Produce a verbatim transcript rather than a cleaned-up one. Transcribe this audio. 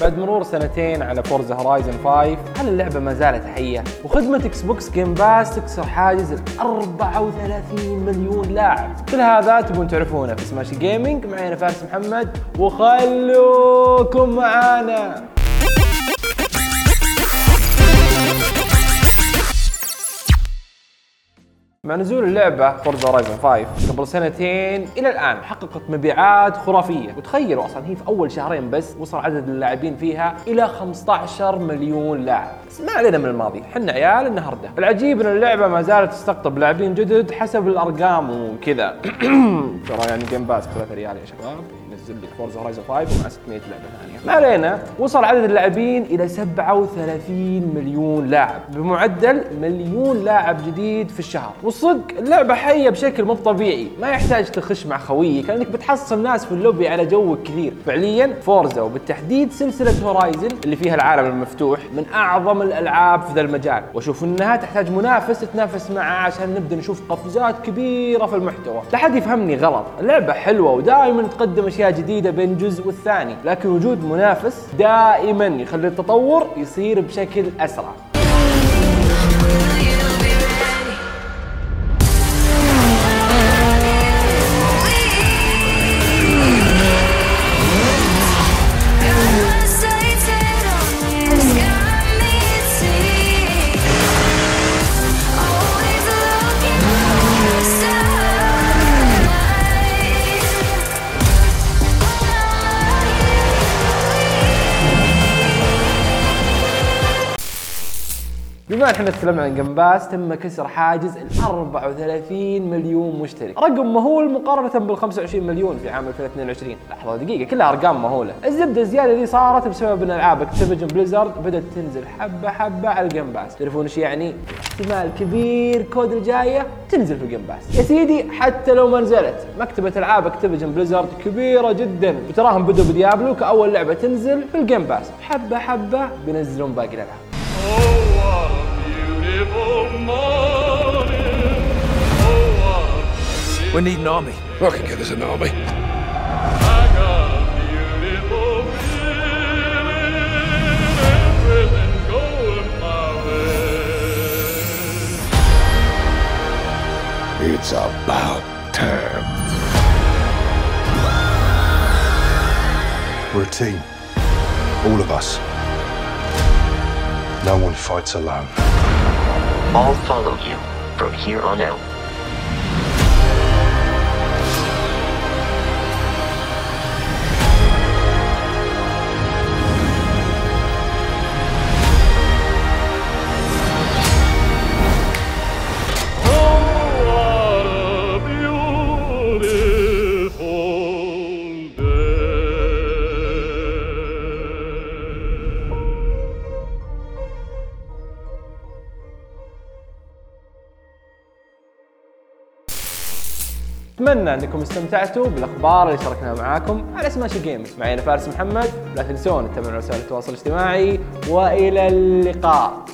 بعد مرور سنتين على فورزا هورايزن خمسة، هل اللعبة ما زالت حية؟ وخدمة اكس بوكس جيم باس تكسر حاجز ال أربعة وثلاثين مليون لاعب. كل هذا تبون تعرفونه في سماشي جيمنج. معي أنا فارس محمد، وخلوكم معانا. مع نزول اللعبة فورزا هورايزن خمسة قبل سنتين إلى الآن حققت مبيعات خرافية، وتخيلوا أصلا هي في أول شهرين بس وصل عدد اللاعبين فيها إلى خمسة عشر مليون لاعب. بس ما علينا من الماضي، حنا عيال النهاردة. العجيب أن اللعبة ما زالت تستقطب لاعبين جدد حسب الأرقام وكذا. ترى يعني جيم باس ثلاثة ريال يا شباب، ينزل لك فورزا هورايزن خمسة ومع ستمية لعبة ثانية. ما علينا، وصل عدد اللاعبين إلى سبعة وثلاثين مليون لاعب بمعدل مليون لاعب جديد في الشهر. والصدق اللعبة حية بشكل مو طبيعي، ما يحتاج تخش مع خويك لأنك بتحصل ناس في اللوبي على جوك كثير. فعليا فورزا وبالتحديد سلسلة هورايزن اللي فيها العالم المفتوح من أعظم الألعاب في ذا المجال، وأشوف أنها تحتاج منافس تتنافس معه عشان نبدأ نشوف قفزات كبيرة في المحتوى. لا حد يفهمني غلط، اللعبة حلوة ودائما تقدم أشياء جديدة بين جزء والثاني، لكن وجود منافس دائما يخلي التطور يصير بشكل أسرع. بما ان احنا تكلمنا عن جيم باس، تم كسر حاجز ال أربعة وثلاثين مليون مشترك، رقم مهول مقارنة بال خمسة وعشرين مليون في عام ألفين واثنين وعشرين. لحظة دقيقة، كلها ارقام مهولة. الزبدة الزيادة دي صارت بسبب ان العاب اكتيفيجن بليزرد بدأت تنزل حبة حبة على الجيم باس. تعرفون ايش يعني؟ احتمال كبير كود الجاية تنزل في الجيم باس. يا سيدي حتى لو ما نزلت، مكتبة العاب اكتيفيجن بليزرد كبيرة جدا، وتراهم بدوا بديابلو كأول لعبة تنزل في الجيم باس، حبة حبة بينزلون باقي الالعاب. We need an army. I can get us an army. It's about time. We're a team. All of us. No one fights alone. I'll follow you from here on out. أتمنى أنكم استمتعتوا بالأخبار اللي شاركناها معاكم على سماشي جيمنج. معي أنا فارس محمد، لا تنسون تتابعونا على وسائل التواصل الاجتماعي، وإلى اللقاء.